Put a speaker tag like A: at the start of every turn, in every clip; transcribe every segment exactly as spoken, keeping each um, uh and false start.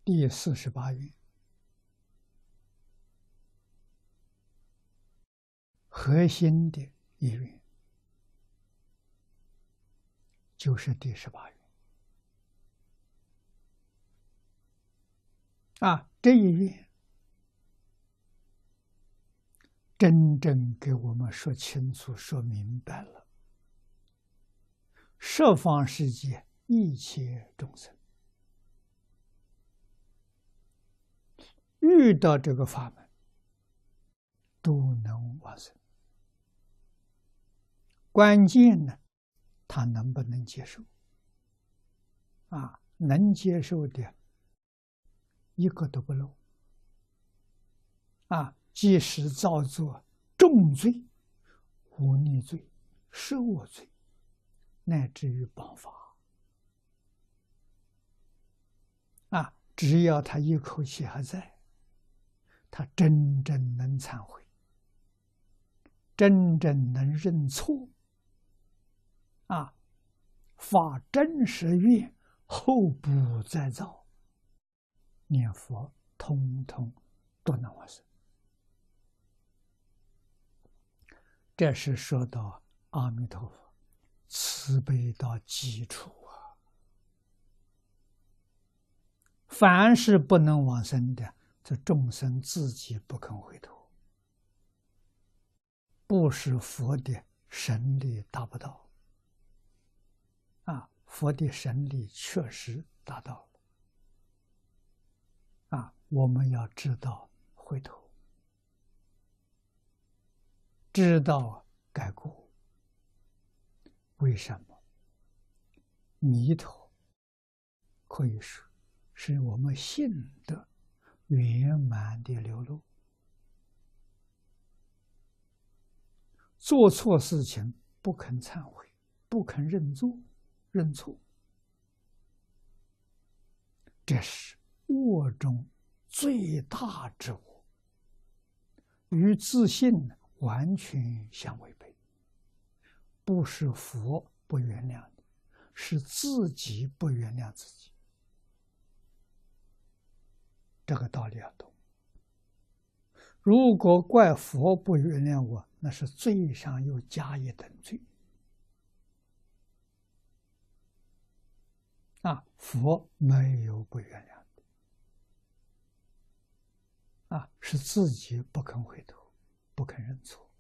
A: 第四十八愿，核心的一愿就是第十八愿啊，这一愿真正给我们说清楚、说明白了，十方世界一切众生遇到这个法门，都能往生。关键呢，他能不能接受？啊，能接受的，一个都不漏。啊，即使造作重罪、忤逆罪、摄恶罪，乃至于谤法，啊，只要他一口气还在，他真正能忏悔，真正能认错，啊，发真实愿，后不再造，念佛通通都能往生。这是说到阿弥陀佛慈悲到基础啊！凡是不能往生的，这众生自己不肯回头，不是佛的神力达不到啊！佛的神力确实达到了啊！我们要知道回头，知道改过。为什么？弥陀可以说是我们信德圆满的流露。做错事情不肯忏悔，不肯认错，认错，这是恶中最大之恶，与自信完全相违背。不是佛不原谅你，是自己不原谅自己。这个道理要懂。如果怪佛不原谅我，那是罪上又加一等罪。啊，佛没有不原谅的，啊，是自己不肯回头，不肯认错。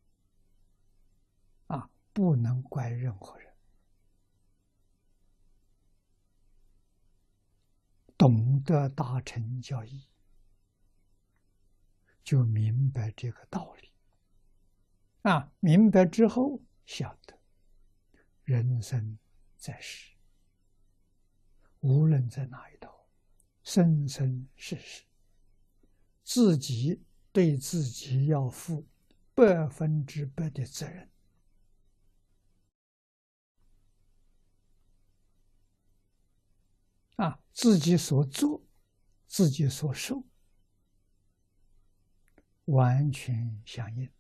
A: 啊，不能怪任何人。懂得大乘教义，就明白这个道理。啊，明白之后晓得，人生在世，无论在哪一道，生生世世，自己对自己要负百分之百的责任。啊，自己所做，自己所受，完全相应。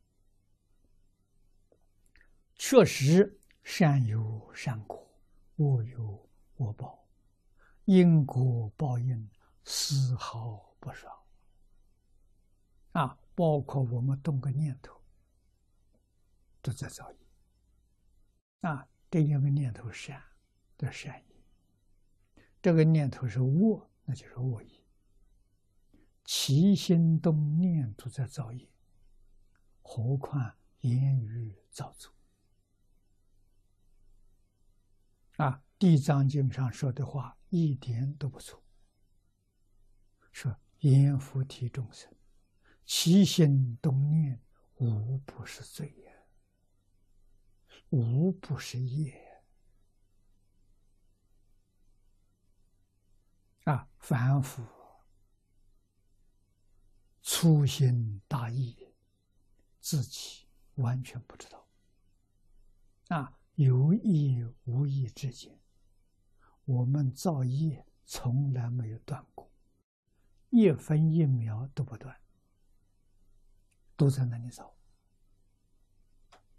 A: 确实，善有善果，恶有恶报，因果报应丝毫不少。啊，包括我们动个念头，都在造业。啊，这一个念头善的善业。这个念头是恶，那就是恶业。起心动念都在造业，何况言语造作？啊，《地藏经》上说的话一点都不错，说阎浮提众生，起心动念，无不是罪也，无不是业。啊，凡夫粗心大意，自己完全不知道。啊，有意无意之间，我们造业从来没有断过，一分一秒都不断，都在那里造。